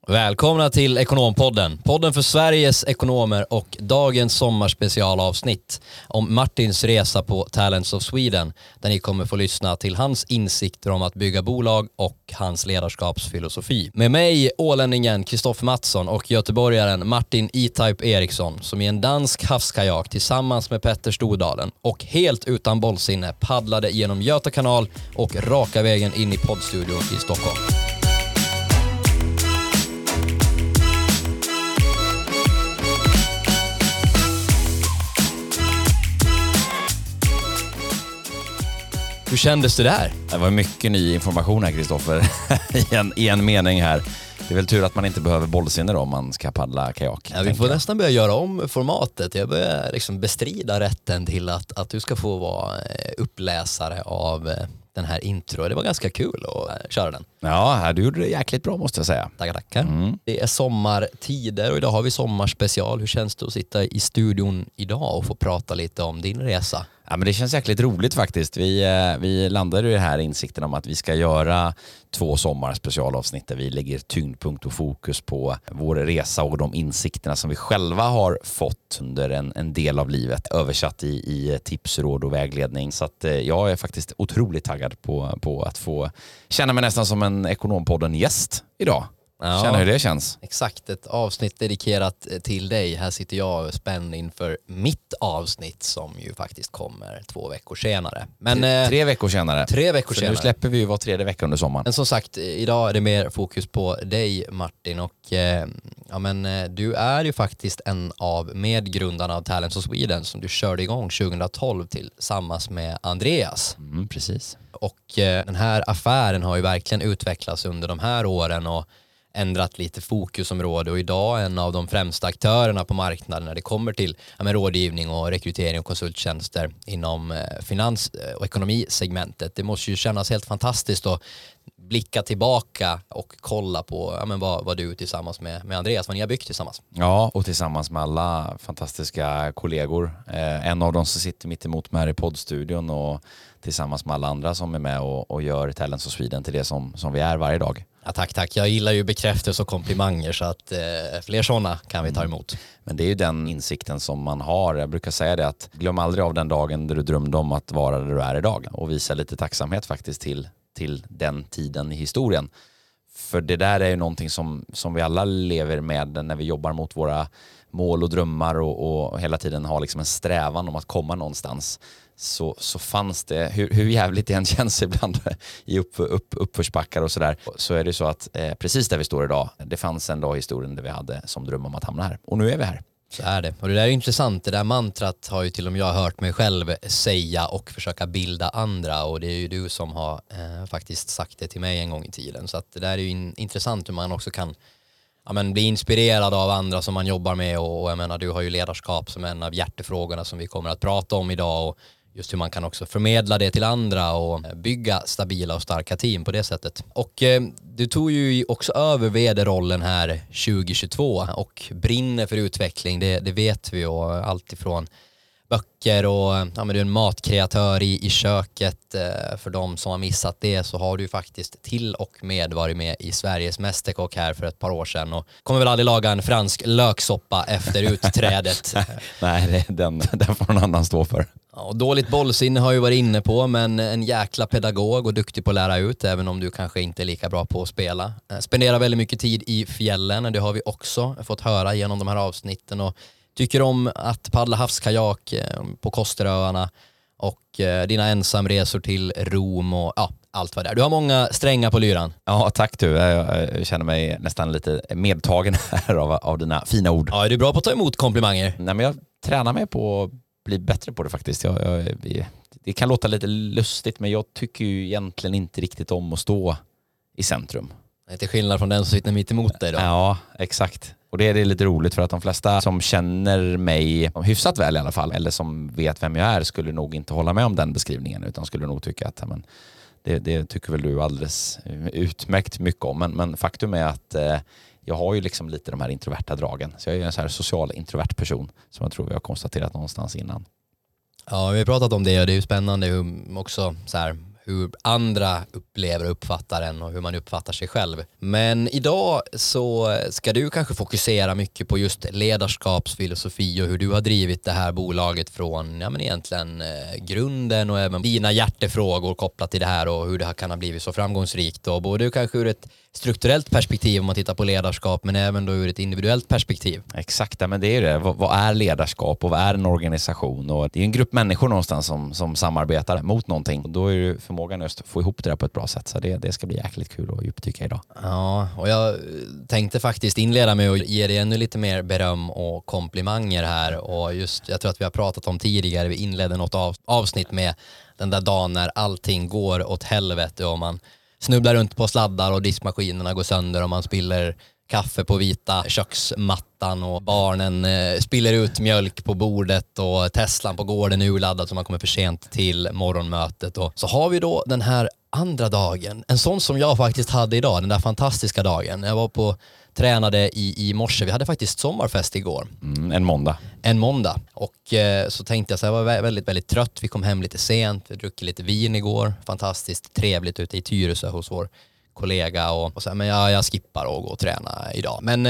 Välkomna till Ekonompodden. Podden för Sveriges ekonomer och dagens sommarspecialavsnitt om Martins resa på Talents of Sweden, där ni kommer få lyssna till hans insikter om att bygga bolag och hans ledarskapsfilosofi. Med mig, ålänningen Kristoffer Mattsson och göteborgaren Martin E-Type Eriksson, som i en dansk havskajak tillsammans med Petter Stordalen och helt utan bollsinne paddlade genom Göta kanal och raka vägen in i poddstudion i Stockholm. Hur kändes det där? Det var mycket ny information här, Kristoffer. I en mening här. Det är väl tur att man inte behöver bollsinne då om man ska paddla kajak. Ja, vi får nästan börja göra om formatet. Jag börjar liksom bestrida rätten till att du ska få vara uppläsare av den här intro. Det var ganska kul att köra den. Ja, du gjorde det jäkligt bra, måste jag säga. Tackar. Det är sommartider och idag har vi sommarspecial. Hur känns det att sitta i studion idag och få prata lite om din resa? Ja, men det känns jäkligt roligt faktiskt. Vi landade i den här insikten om att vi ska göra 2 sommarspecialavsnitt där vi lägger tyngdpunkt och fokus på vår resa och de insikterna som vi själva har fått under en del av livet, översatt i tips, råd och vägledning. Så att jag är faktiskt otroligt taggad på att få känna mig nästan som en Ekonompodden-gäst idag. Ja, känner hur det känns. Exakt, ett avsnitt dedikerat till dig. Här sitter jag spänd inför mitt avsnitt som ju faktiskt kommer 2 veckor senare. Men 3 veckor senare. 3 veckor senare. Nu släpper vi ju var 3:e vecka under sommaren. Men som sagt, idag är det mer fokus på dig, Martin. Och du är ju faktiskt en av medgrundarna av Talents of Sweden som du körde igång 2012 tillsammans med Andreas. Precis. Och den här affären har ju verkligen utvecklats under de här åren och ändrat lite fokusområde, och idag en av de främsta aktörerna på marknaden när det kommer till rådgivning och rekrytering och konsulttjänster inom finans- och ekonomisegmentet. Det måste ju kännas helt fantastiskt att blicka tillbaka och kolla på vad du tillsammans med Andreas, vad ni har byggt tillsammans. Ja, och tillsammans med alla fantastiska kollegor. En av dem som sitter mitt emot mig här i poddstudion och tillsammans med alla andra som är med och gör Talents of Sweden till det som vi är varje dag. Ja, tack. Jag gillar ju bekräftelse och komplimanger, så att fler sådana kan vi ta emot. Men det är ju den insikten som man har. Jag brukar säga det, att glöm aldrig av den dagen där du drömde om att vara där du är idag, och visa lite tacksamhet faktiskt till den tiden i historien. För det där är ju någonting som vi alla lever med när vi jobbar mot våra mål och drömmar och hela tiden har liksom en strävan om att komma någonstans. Så fanns det, hur jävligt det än känns ibland i uppförsbackar och sådär, så är det så att precis där vi står idag, det fanns en dag i historien där vi hade som dröm om att hamna här. Och nu är vi här. Så är det. Och det där är intressant. Det där mantrat har ju till och med jag hört mig själv säga och försöka bilda andra. Och det är ju du som har faktiskt sagt det till mig en gång i tiden. Så att det där är ju intressant hur man också kan bli inspirerad av andra som man jobbar med. Och jag menar, du har ju ledarskap som en av hjärtefrågorna som vi kommer att prata om idag. Och just hur man kan också förmedla det till andra och bygga stabila och starka team på det sättet. Och du tog ju också över vd-rollen här 2022 och brinner för utveckling, det vet vi, och allt ifrån böcker och du är en matkreatör i köket. För de som har missat det så har du faktiskt till och med varit med i Sveriges mästerkock här för ett par år sedan och kommer väl aldrig laga en fransk löksoppa efter utträdet. Nej, den får någon annan stå för. Och dåligt bollsinne har ju varit inne på, men en jäkla pedagog och duktig på att lära ut, även om du kanske inte är lika bra på att spela. Spenderar väldigt mycket tid i fjällen, det har vi också fått höra genom de här avsnitten, och tycker om att paddla havskajak på Kosteröarna och dina ensamresor till Rom och allt vad det är. Du har många strängar på lyran. Ja, tack du. Jag känner mig nästan lite medtagen här av dina fina ord. Ja, är du bra på att ta emot komplimanger? Nej, men jag tränar mig på att bli bättre på det faktiskt. Det kan låta lite lustigt, men jag tycker ju egentligen inte riktigt om att stå i centrum. Det är till skillnad från den som sitter mitt emot dig då. Ja, exakt. Och det är lite roligt, för att de flesta som känner mig hyfsat väl i alla fall, eller som vet vem jag är, skulle nog inte hålla med om den beskrivningen, utan skulle nog tycka att det tycker väl du alldeles utmärkt mycket om. Men faktum är att jag har ju liksom lite de här introverta dragen. Så jag är en så här social introvert person som jag tror vi har konstaterat någonstans innan. Ja, vi har pratat om det, och det är ju spännande hur hur andra upplever och uppfattar en och hur man uppfattar sig själv. Men idag så ska du kanske fokusera mycket på just ledarskapsfilosofi och hur du har drivit det här bolaget från egentligen grunden och även dina hjärtefrågor kopplat till det här och hur det här kan ha blivit så framgångsrikt. Och både kanske ur ett strukturellt perspektiv om man tittar på ledarskap men även då ur ett individuellt perspektiv. Exakt, men det är ju det. Vad är ledarskap och vad är en organisation? Och det är en grupp människor någonstans som samarbetar mot någonting. Och då är ju förmågan just att få ihop det där på ett bra sätt. Så det ska bli jäkligt kul att djupdyka idag. Ja, och jag tänkte faktiskt inleda med att ge dig ännu lite mer beröm och komplimanger här. Och just, jag tror att vi har pratat om tidigare, vi inledde något avsnitt med den där dagen när allting går åt helvete och man snubblar runt på sladdar och diskmaskinerna går sönder och man spiller kaffe på vita köksmattan och barnen spiller ut mjölk på bordet och Teslan på gården är urladdad så man kommer för sent till morgonmötet. Och så har vi då den här andra dagen, en sån som jag faktiskt hade idag, den där fantastiska dagen. Jag var tränade i morse, vi hade faktiskt sommarfest igår. En måndag. Och så tänkte jag så jag var väldigt, väldigt trött. Vi kom hem lite sent, vi druckit lite vin igår. Fantastiskt trevligt ute i Tyresö hos vår kollega och så här, men jag skippar och går och träna idag. Men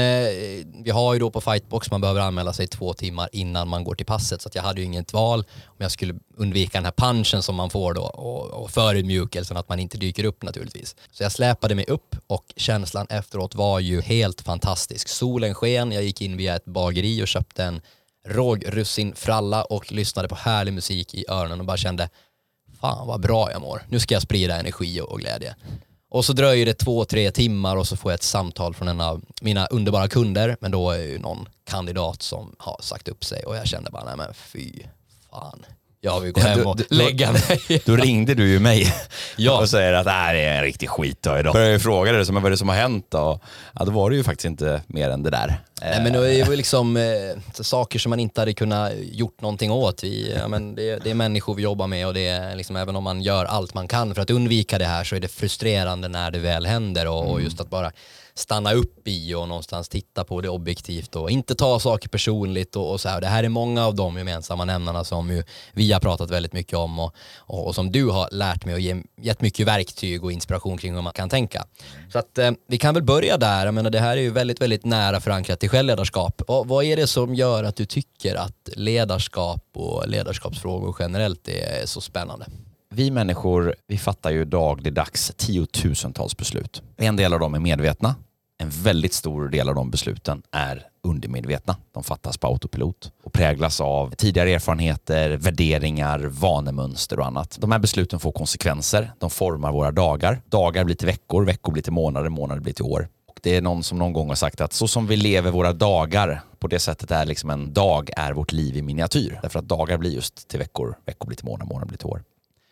vi har ju då på Fightbox, man behöver anmäla sig 2 timmar innan man går till passet, så att jag hade ju inget val om jag skulle undvika den här punchen som man får då och förödmjukelsen att man inte dyker upp naturligtvis. Så jag släpade mig upp och känslan efteråt var ju helt fantastisk. Solen sken, jag gick in via ett bageri och köpte en rågrussinfralla och lyssnade på härlig musik i öronen och bara kände fan vad bra jag mår. Nu ska jag sprida energi och glädje. Och så dröjer det 2-3 timmar och så får jag ett samtal från en av mina underbara kunder. Men då är ju någon kandidat som har sagt upp sig och jag kände bara, nej men fy fan. Jag vill gå hem och lägga mig. Då ringde du ju mig ja. Och säger att det här är en riktig skit idag. Jag frågade dig vad är det som har hänt då? Ja, då var det ju faktiskt inte mer än det där. Nej, men det var ju liksom saker som man inte hade kunnat gjort någonting åt. Det är människor vi jobbar med och det är liksom, även om man gör allt man kan för att undvika det här så är det frustrerande när det väl händer och just att bara stanna upp i och någonstans titta på det objektivt och inte ta saker personligt och så här. Det här är många av de gemensamma nämnarna som ju vi har pratat väldigt mycket om och som du har lärt mig och gett mycket verktyg och inspiration kring hur man kan tänka. Så att vi kan väl börja där. Jag menar, det här är ju väldigt, väldigt nära förankrat till självledarskap. Vad är det som gör att du tycker att ledarskap och ledarskapsfrågor generellt är så spännande? Vi människor, vi fattar ju dagligdags 10 000-tals beslut. En del av dem är medvetna. En väldigt stor del av de besluten är undermedvetna. De fattas på autopilot och präglas av tidigare erfarenheter, värderingar, vanemönster och annat. De här besluten får konsekvenser. De formar våra dagar. Dagar blir till veckor, veckor blir till månader, månader blir till år. Och det är någon som någon gång har sagt att så som vi lever våra dagar, på det sättet är liksom en dag är vårt liv i miniatyr. Därför att dagar blir just till veckor, veckor blir till månader, månader blir till år.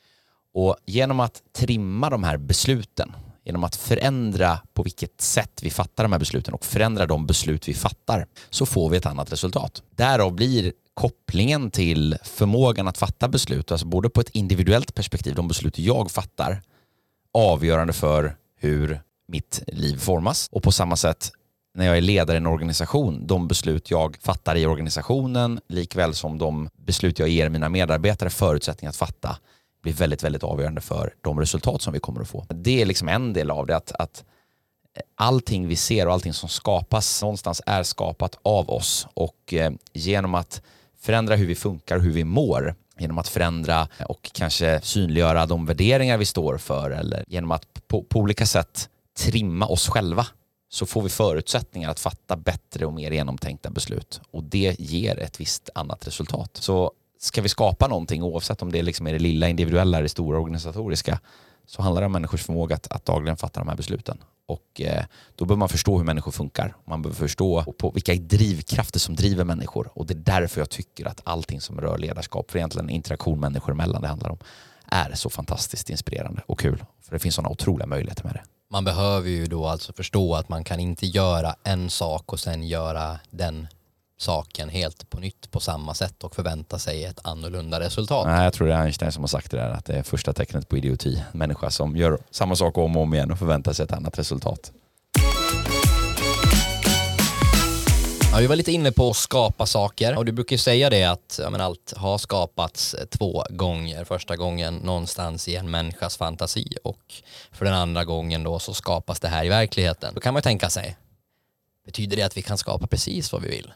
Och genom att trimma de här besluten, genom att förändra på vilket sätt vi fattar de här besluten och förändra de beslut vi fattar, så får vi ett annat resultat. Därav blir kopplingen till förmågan att fatta beslut, alltså både på ett individuellt perspektiv, de beslut jag fattar, avgörande för hur mitt liv formas. Och på samma sätt när jag är ledare i en organisation, de beslut jag fattar i organisationen, likväl som de beslut jag ger mina medarbetare förutsättningar att fatta, blir väldigt, väldigt avgörande för de resultat som vi kommer att få. Det är liksom en del av det, att allting vi ser och allting som skapas någonstans är skapat av oss. Och genom att förändra hur vi funkar och hur vi mår, genom att förändra och kanske synliggöra de värderingar vi står för, eller genom att på olika sätt trimma oss själva, så får vi förutsättningar att fatta bättre och mer genomtänkta beslut. Och det ger ett visst annat resultat. Så ska vi skapa någonting, oavsett om det liksom är det lilla individuella eller det stora organisatoriska, så handlar det om människors förmåga att dagligen fatta de här besluten. Och då behöver man förstå hur människor funkar. Man behöver förstå på vilka drivkrafter som driver människor. Och det är därför jag tycker att allting som rör ledarskap, för egentligen interaktion människor emellan det handlar om, är så fantastiskt inspirerande och kul. För det finns sådana otroliga möjligheter med det. Man behöver ju då alltså förstå att man kan inte göra en sak och sen göra den saken helt på nytt på samma sätt och förvänta sig ett annorlunda resultat. Nej, jag tror det är Einstein som har sagt det där, att det är första tecknet på idioti. En människa som gör samma sak om och om igen och förväntar sig ett annat resultat. Ja, vi var lite inne på att skapa saker och du brukar ju säga det att allt har skapats 2 gånger. Första gången någonstans i en människas fantasi och för den andra gången då så skapas det här i verkligheten. Då kan man ju tänka sig, betyder det att vi kan skapa precis vad vi vill?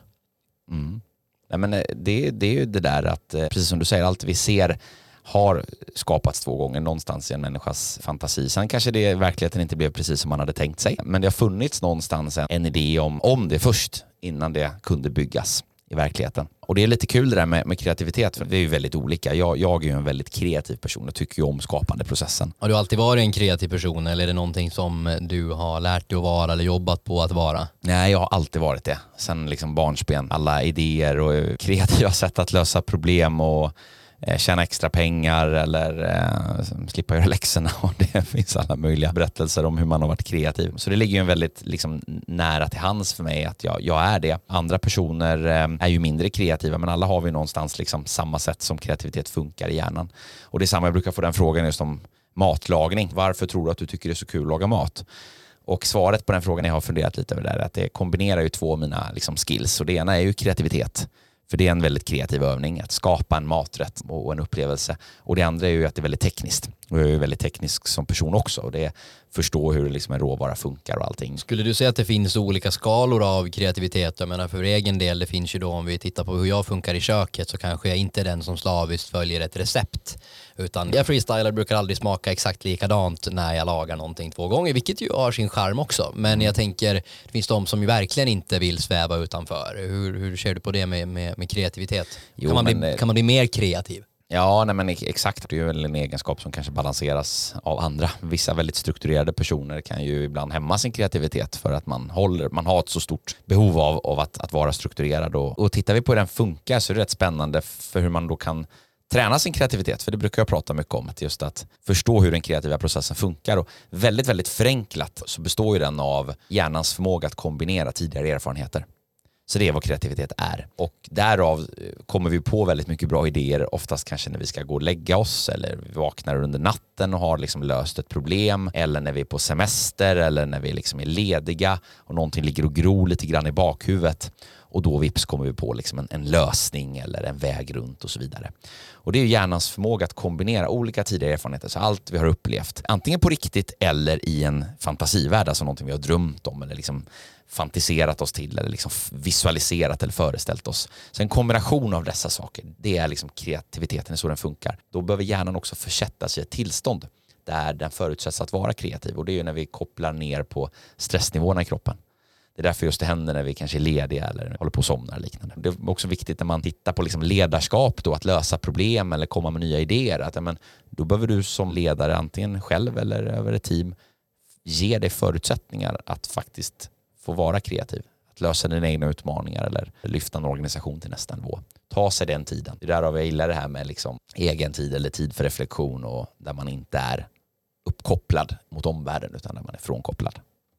Nej, men det är ju det där att, precis som du säger, allt vi ser har skapats 2 gånger någonstans i en människas fantasi. Sen kanske det i verkligheten inte blev precis som man hade tänkt sig. Men det har funnits någonstans en idé om det först innan det kunde byggas i verkligheten. Och det är lite kul det där med kreativitet, för det är ju väldigt olika. Jag är ju en väldigt kreativ person och tycker ju om skapande processen. Har du alltid varit en kreativ person eller är det någonting som du har lärt dig att vara eller jobbat på att vara? Nej, jag har alltid varit det. Sen liksom barnsben. Alla idéer och kreativa sätt att lösa problem och tjäna extra pengar eller slippa göra läxorna, och det finns alla möjliga berättelser om hur man har varit kreativ. Så det ligger ju en väldigt liksom nära till hands för mig att jag är det. Andra personer är ju mindre kreativa, men alla har vi någonstans liksom samma sätt som kreativitet funkar i hjärnan. Och det är samma, jag brukar få den frågan just om matlagning. Varför tror du att du tycker det är så kul att laga mat? Och svaret på den frågan jag har funderat lite över där är att det kombinerar ju 2 av mina liksom skills. Och det ena är ju kreativitet. För det är en väldigt kreativ övning att skapa en maträtt och en upplevelse. Och det andra är ju att det är väldigt tekniskt. Och jag är ju väldigt teknisk som person också. Och det är förstå hur liksom en råvara funkar och allting. Skulle du säga att det finns olika skalor av kreativitet? Jag menar för egen del, det finns ju då, om vi tittar på hur jag funkar i köket, så kanske jag inte är den som slaviskt följer ett recept. Utan jag freestylar, brukar aldrig smaka exakt likadant när jag lagar någonting 2 gånger, vilket ju har sin charm också. Men jag tänker, det finns de som ju verkligen inte vill sväva utanför. Hur ser du på det med kreativitet? Kan man bli mer kreativ? Ja, nej men exakt. Det är ju väl en egenskap som kanske balanseras av andra. Vissa väldigt strukturerade personer kan ju ibland hämma sin kreativitet för att man har ett så stort behov av att vara strukturerad. Och tittar vi på hur den funkar så är det rätt spännande för hur man då kan träna sin kreativitet. För det brukar jag prata mycket om, att just att förstå hur den kreativa processen funkar. Och väldigt, väldigt förenklat så består ju den av hjärnans förmåga att kombinera tidigare erfarenheter. Så det är vad kreativitet är. Och därav kommer vi på väldigt mycket bra idéer, oftast kanske när vi ska gå och lägga oss eller vi vaknar under natten och har liksom löst ett problem, eller när vi är på semester eller när vi liksom är lediga och någonting ligger och gror lite grann i bakhuvudet. Och då vips kommer vi på liksom en lösning eller en väg runt och så vidare. Och det är ju hjärnans förmåga att kombinera olika tidigare erfarenheter, så allt vi har upplevt, antingen på riktigt eller i en fantasivärld, alltså någonting vi har drömt om eller liksom fantiserat oss till eller liksom visualiserat eller föreställt oss. Så en kombination av dessa saker, det är liksom kreativiteten, så den funkar. Då behöver hjärnan också försättas i ett tillstånd där den förutsätts att vara kreativ, och det är ju när vi kopplar ner på stressnivåerna i kroppen. Det är därför just det händer när vi kanske är lediga eller håller på att somna eller liknande. Det är också viktigt när man tittar på liksom ledarskap då, att lösa problem eller komma med nya idéer. Att, då behöver du som ledare, antingen själv eller över ett team, ge dig förutsättningar att faktiskt få vara kreativ. Att lösa dina egna utmaningar eller lyfta en organisation till nästa nivå. Ta sig den tiden. Det är därav jag gillar det här med liksom egen tid eller tid för reflektion, och där man inte är uppkopplad mot omvärlden utan där man är frånkopplad.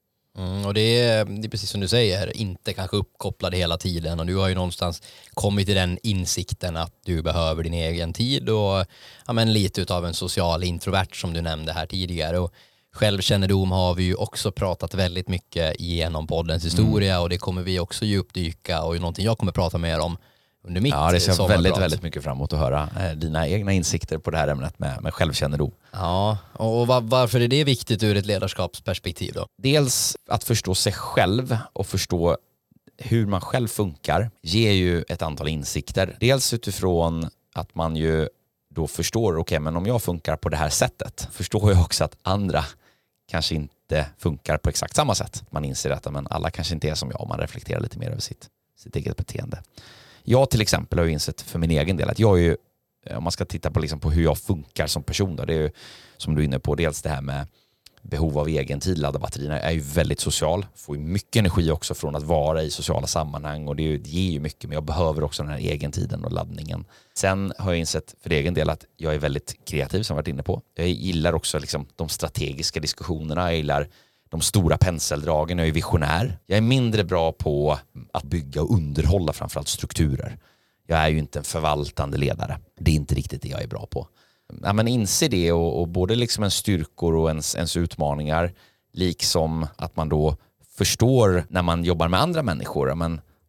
Och det är precis som du säger, inte kanske uppkopplad hela tiden, och du har ju någonstans kommit till den insikten att du behöver din egen tid och lite utav en social introvert som du nämnde här tidigare. Och självkännedom har vi ju också pratat väldigt mycket genom poddens historia, och det kommer vi också djupdyka, och någonting jag kommer prata mer om under mitt sommarprat. Ja, det ser jag väldigt, väldigt mycket fram emot att höra dina egna insikter på det här ämnet med självkännedom. Ja, och varför är det viktigt ur ett ledarskapsperspektiv då? Dels att förstå sig själv och förstå hur man själv funkar ger ju ett antal insikter. Dels utifrån att man ju då förstår, okej, men om jag funkar på det här sättet, förstår jag också att andra kanske inte funkar på exakt samma sätt. Man inser att alla kanske inte är som jag, om man reflekterar lite mer över sitt eget beteende. Jag till exempel har ju insett för min egen del att jag är ju, om man ska titta på, liksom på hur jag funkar som person då, det är ju som du är inne på, dels det här med behov av egen tid, ladda batterierna. Jag är ju väldigt social, får ju mycket energi också från att vara i sociala sammanhang, och det ger ju mycket, men jag behöver också den här egen tiden och laddningen. Sen har jag insett för egen del att jag är väldigt kreativ, som jag varit inne på. Jag gillar också liksom de strategiska diskussionerna, jag gillar de stora penseldragen, jag är visionär. Jag är mindre bra på att bygga och underhålla framförallt strukturer. Jag är ju inte en förvaltande ledare. Det är inte riktigt det jag är bra på. Ja, men inse det, och både liksom ens styrkor och ens utmaningar, liksom att man då förstår när man jobbar med andra människor. Men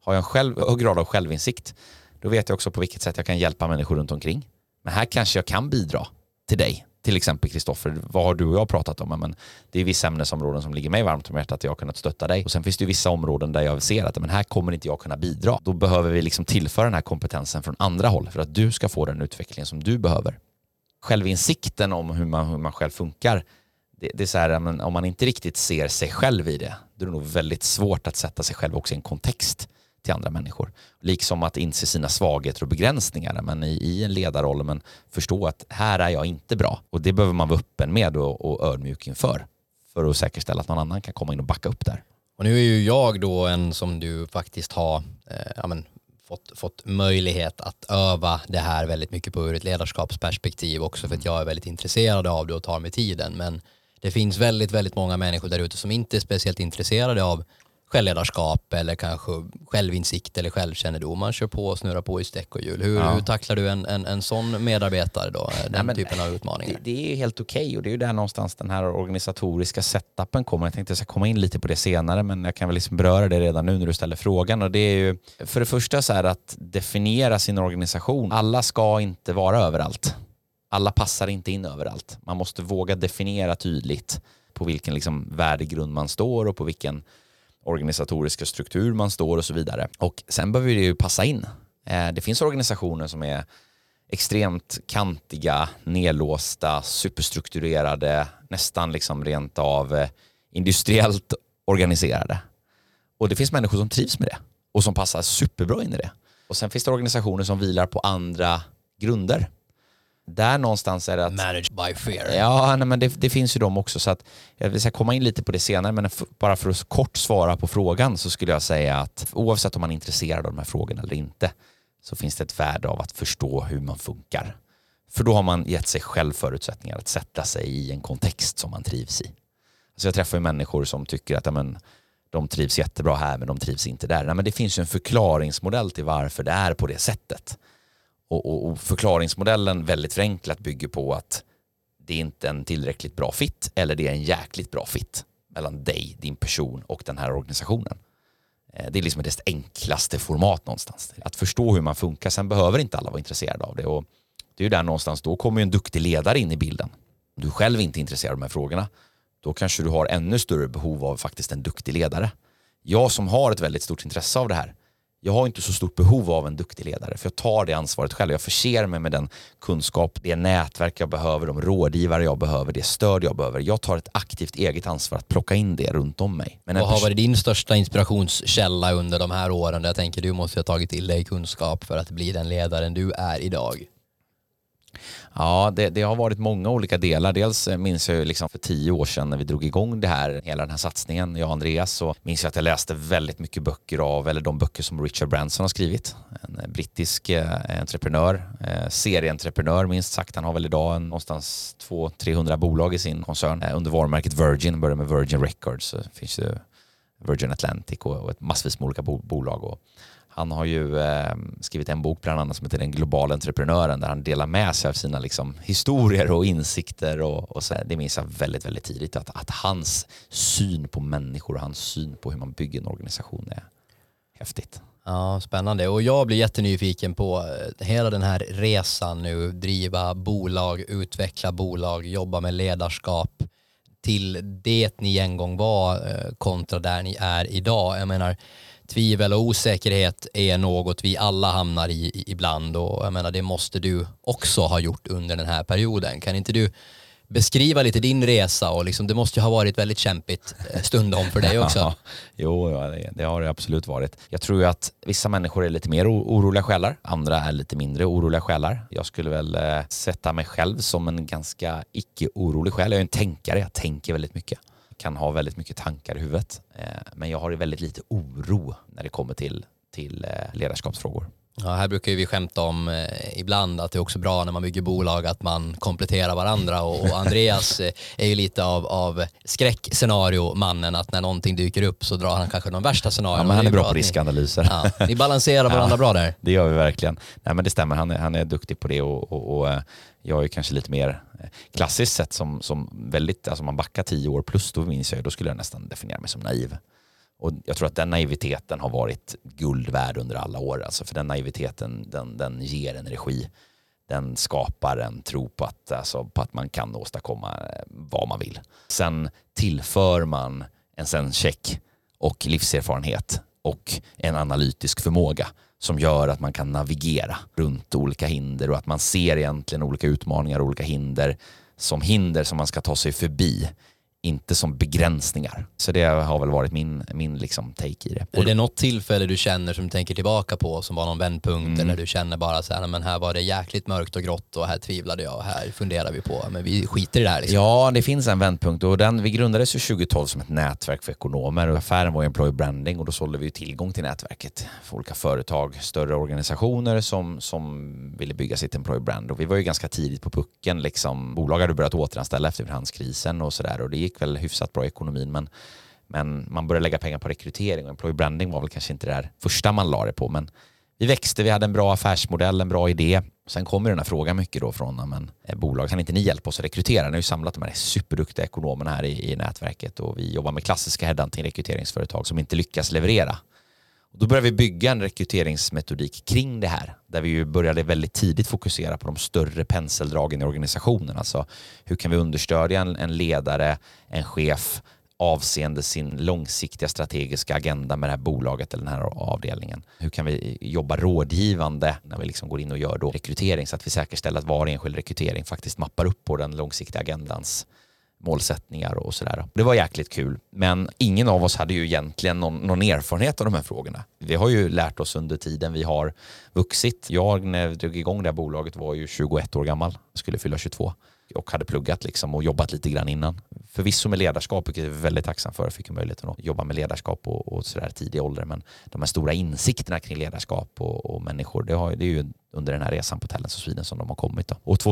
Har jag en hög grad av självinsikt, då vet jag också på vilket sätt jag kan hjälpa människor runt omkring. Men här kanske jag kan bidra till dig. Till exempel Kristoffer, vad har du och jag pratat om? Men det är vissa ämnesområden som ligger mig varmt om hjärtat att jag har kunnat stötta dig. Och sen finns det ju vissa områden där jag ser att men här kommer inte jag kunna bidra. Då behöver vi liksom tillföra den här kompetensen från andra håll för att du ska få den utvecklingen som du behöver. Självinsikten om hur man själv funkar, det är så här, men om man inte riktigt ser sig själv i det, då är det nog väldigt svårt att sätta sig själv också i en kontext till andra människor. Liksom att inse sina svagheter och begränsningar men i en ledarroll, men förstå att här är jag inte bra. Och det behöver man vara öppen med och ödmjuk inför för att säkerställa att någon annan kan komma in och backa upp där. Och nu är ju jag då en som du faktiskt har fått möjlighet att öva det här väldigt mycket på ur ett ledarskapsperspektiv också, för att jag är väldigt intresserad av det och tar mig tiden. Men det finns väldigt, väldigt många människor där ute som inte är speciellt intresserade av självledarskap eller kanske självinsikt eller självkännedom. Man kör på och snurrar på i stäck och hjul. Hur tacklar du en sån medarbetare då? Typen av utmaningar? Det är helt okej, och det är ju där någonstans den här organisatoriska setupen kommer. Jag tänkte att jag ska komma in lite på det senare, men jag kan väl liksom beröra det redan nu när du ställer frågan. Och det är ju för det första så här att definiera sin organisation. Alla ska inte vara överallt. Alla passar inte in överallt. Man måste våga definiera tydligt på vilken liksom värdegrund man står och på vilken organisatoriska struktur man står och så vidare. Och sen behöver det ju passa in. Det finns organisationer som är extremt kantiga, nedlåsta, superstrukturerade, nästan liksom rent av industriellt organiserade. Och det finns människor som trivs med det och som passar superbra in i det. Och sen finns det organisationer som vilar på andra grunder. Där någonstans är det att... Managed by fear. Ja, nej, men det finns ju de också. Så att jag vill komma in lite på det senare, men bara för att kort svara på frågan så skulle jag säga att oavsett om man är intresserad av de här frågorna eller inte, så finns det ett värde av att förstå hur man funkar. För då har man gett sig själv förutsättningar att sätta sig i en kontext som man trivs i. Så jag träffar ju människor som tycker att de trivs jättebra här men de trivs inte där. Nej, men det finns ju en förklaringsmodell till varför det är på det sättet. Och förklaringsmodellen väldigt förenklat bygger på att det är inte en tillräckligt bra fit eller det är en jäkligt bra fit mellan dig, din person och den här organisationen. Det är liksom det enklaste format någonstans. Att förstå hur man funkar, sen behöver inte alla vara intresserade av det. Och det är ju där någonstans, då kommer ju en duktig ledare in i bilden. Om du själv inte är intresserad av de här frågorna, då kanske du har ännu större behov av faktiskt en duktig ledare. Jag som har ett väldigt stort intresse av det här, jag har inte så stort behov av en duktig ledare, för jag tar det ansvaret själv. Jag förser mig med den kunskap, det nätverk jag behöver, de rådgivare jag behöver, det stöd jag behöver. Jag tar ett aktivt eget ansvar att plocka in det runt om mig. Men vad har varit din största inspirationskälla under de här åren? Jag tänker du måste ha tagit till dig kunskap för att bli den ledaren du är idag. Ja, det har varit många olika delar. Dels minns jag liksom för 10 år sedan när vi drog igång det här, hela den här satsningen, jag och Andreas, så minns jag att jag läste väldigt mycket böcker eller de böcker som Richard Branson har skrivit. En brittisk entreprenör, serieentreprenör minst sagt. Han har väl idag någonstans 200-300 bolag i sin koncern under varumärket Virgin. Börjar med Virgin Records, så finns det Virgin Atlantic och ett massvis med olika bolag. Och han har ju skrivit en bok bland annat som heter Den globala entreprenören, där han delar med sig av sina liksom historier och insikter. Och så. Det minns jag väldigt, väldigt tidigt att hans syn på människor och hans syn på hur man bygger en organisation är häftigt. Ja, spännande. Och jag blir jättenyfiken på hela den här resan nu. Driva bolag, utveckla bolag, jobba med ledarskap till det ni en gång var kontra där ni är idag. Jag menar, tvivel och osäkerhet är något vi alla hamnar i ibland, och jag menar, det måste du också ha gjort under den här perioden. Kan inte du beskriva lite din resa? Och liksom, det måste ju ha varit väldigt kämpigt stundom för dig också. Ja, jo, det har det absolut varit. Jag tror ju att vissa människor är lite mer oroliga själar, andra är lite mindre oroliga själar. Jag skulle väl sätta mig själv som en ganska icke-orolig själ. Jag är en tänkare, jag tänker väldigt mycket. Kan ha väldigt mycket tankar i huvudet. Men jag har ju väldigt lite oro när det kommer till ledarskapsfrågor. Ja, här brukar ju vi skämta om ibland att det är också bra när man bygger bolag att man kompletterar varandra, och Andreas är ju lite av skräckscenario-mannen, att när någonting dyker upp så drar han kanske de värsta scenarierna. Ja, men han är bra på riskanalyser. Ja, ni balanserar varandra bra där. Det gör vi verkligen. Nej, men det stämmer, han är duktig på det, och jag är kanske lite mer klassiskt sett som väldigt, alltså man backar 10 år plus, då minns jag, då skulle jag nästan definiera mig som naiv. Och jag tror att den naiviteten har varit guld värd under alla år. Alltså för den naiviteten, den ger energi. Den skapar en tro på att man kan åstadkomma vad man vill. Sen tillför man en sencheck och livserfarenhet och en analytisk förmåga som gör att man kan navigera runt olika hinder och att man ser egentligen olika utmaningar och olika hinder som man ska ta sig förbi. Inte som begränsningar. Så det har väl varit min liksom take i det. Är det något tillfälle du känner som du tänker tillbaka på som var någon vändpunkt eller du känner bara så här, men här var det jäkligt mörkt och grått och här tvivlade jag och här funderar vi på, men vi skiter i det här liksom. Ja, det finns en vändpunkt och vi grundades ju 2012 som ett nätverk för ekonomer och affären var employer branding och då sålde vi tillgång till nätverket för olika företag, större organisationer som ville bygga sitt employer brand och vi var ju ganska tidigt på pucken liksom. Bolag hade börjat återanställa efter finanskrisen och sådär och det gick väl hyfsat bra i ekonomin men man började lägga pengar på rekrytering och employer branding var väl kanske inte det där första man la det på men vi växte, vi hade en bra affärsmodell, en bra idé. Sen kommer den här frågan mycket då från bolag, kan inte ni hjälpa oss att rekrytera? Ni har ju samlat de här superduktiga ekonomerna här i nätverket och vi jobbar med klassiska headhunting rekryteringsföretag som inte lyckas leverera. Och då började vi bygga en rekryteringsmetodik kring det här där vi ju började väldigt tidigt fokusera på de större penseldragen i organisationen. Alltså hur kan vi understödja en ledare, en chef avseende sin långsiktiga strategiska agenda med det här bolaget eller den här avdelningen. Hur kan vi jobba rådgivande när vi liksom går in och gör då rekrytering så att vi säkerställer att var enskild rekrytering faktiskt mappar upp på den långsiktiga agendans målsättningar och sådär. Det var jäkligt kul. Men ingen av oss hade ju egentligen någon erfarenhet av de här frågorna. Vi har ju lärt oss under tiden vi har vuxit. Jag när jag drog igång det här bolaget var ju 21 år gammal. Jag skulle fylla 22. Och hade pluggat liksom och jobbat lite grann innan. Förvisso med ledarskap, vilket jag är väldigt tacksam för. Jag fick möjligheten att jobba med ledarskap och sådär tidig ålder. Men de här stora insikterna kring ledarskap och människor, det är ju under den här resan på Talents of Sweden som de har kommit. Då. Och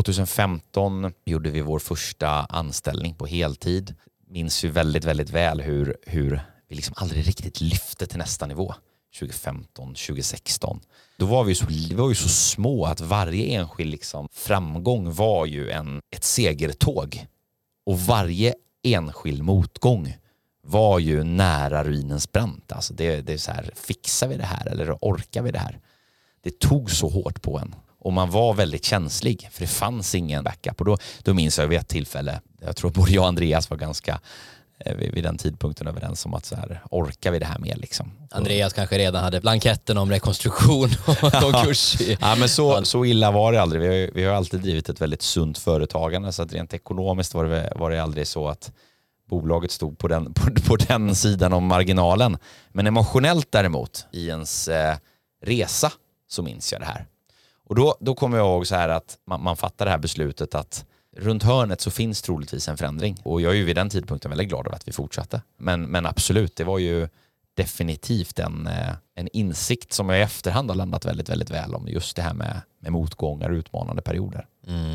2015 gjorde vi vår första anställning på heltid. Minns ju väldigt, väldigt väl hur vi liksom aldrig riktigt lyfte till nästa nivå. 2015, 2016. Då var vi ju så små att varje enskild liksom framgång var ju ett segertåg. Och varje enskild motgång var ju nära ruinens brant. Alltså det är så här, fixar vi det här eller orkar vi det här? Det tog så hårt på en. Och man var väldigt känslig för det fanns ingen backup. Och då minns jag vid ett tillfälle, jag tror både jag och Andreas var ganska vid den tidpunkten överens om att så här, orkar vi det här med liksom. Andreas kanske redan hade blanketten om rekonstruktion och konkurs. Ja, men så illa var det aldrig. Vi har alltid drivit ett väldigt sunt företagande så att rent ekonomiskt var det aldrig så att bolaget stod på den sidan om marginalen. Men emotionellt däremot i ens resa så minns jag det här. Och då kommer jag ihåg så här att man fattar det här beslutet att runt hörnet så finns troligtvis en förändring. Och jag är ju vid den tidpunkten väldigt glad över att vi fortsatte. Men absolut, det var ju definitivt en insikt som jag i efterhand har landat väldigt, väldigt väl om just det här med motgångar och utmanande perioder.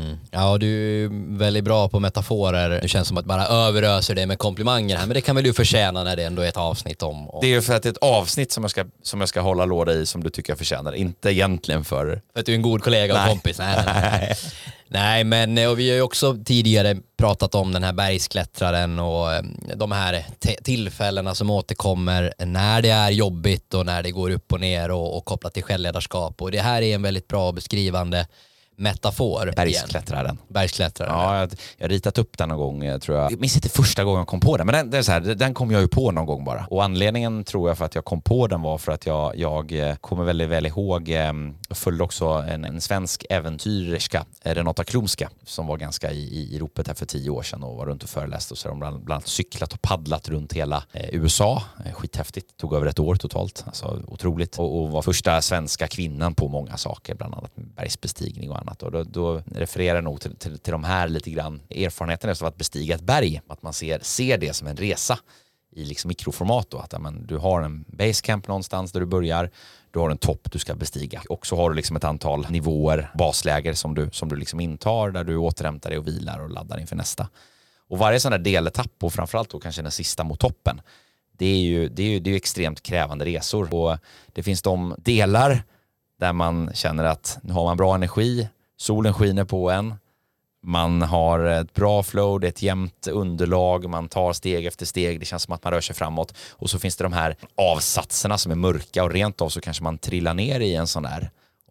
Ja, du är väldigt bra på metaforer. Det känns som att bara överöser det med komplimanger här, men det kan väl du förtjäna när det ändå är ett avsnitt om. Det är ju för att det är ett avsnitt som jag ska hålla låda i som du tycker jag förtjänar, inte egentligen för att du är en god kollega och kompis. Nej, men och vi har ju också tidigare pratat om den här bergsklättraren och de här tillfällena som återkommer när det är jobbigt och när det går upp och ner och kopplat till självledarskap. Och det här är en väldigt bra beskrivande metafor. Bergsklättraren. Ja, jag har ritat upp den någon gång, tror jag. Jag minns inte första gången jag kom på den, men det är så här, den kom jag ju på någon gång bara. Och anledningen tror jag för att jag kom på den var för att jag kommer väldigt väl ihåg, jag följde också en svensk äventyrerska, Renata Klumska, som var ganska i ropet här för 10 år sedan och var runt och föreläste och så de bland annat cyklat och paddlat runt hela USA. Skithäftigt, tog över 1 år totalt, alltså otroligt. Och var första svenska kvinnan på många saker, bland annat bergsbestigning och annat. Och då refererar jag nog till de här lite grann erfarenheterna av att bestiga ett berg. Att man ser det som en resa i liksom mikroformat då. Att du har en basecamp någonstans där du börjar. Du har en topp du ska bestiga. Och så har du liksom ett antal nivåer, basläger som du liksom intar där du återhämtar dig och vilar och laddar inför nästa. Och varje sån där deletapp och framförallt då kanske den sista mot toppen. Det är ju extremt krävande resor. Och det finns de delar där man känner att nu har man bra energi, solen skiner på en, Man har ett bra flow, det är ett jämnt underlag, man tar steg efter steg, det känns som att man rör sig framåt. Och så finns det de här avsatserna som är mörka och rent av så kanske man trillar ner i en sån där.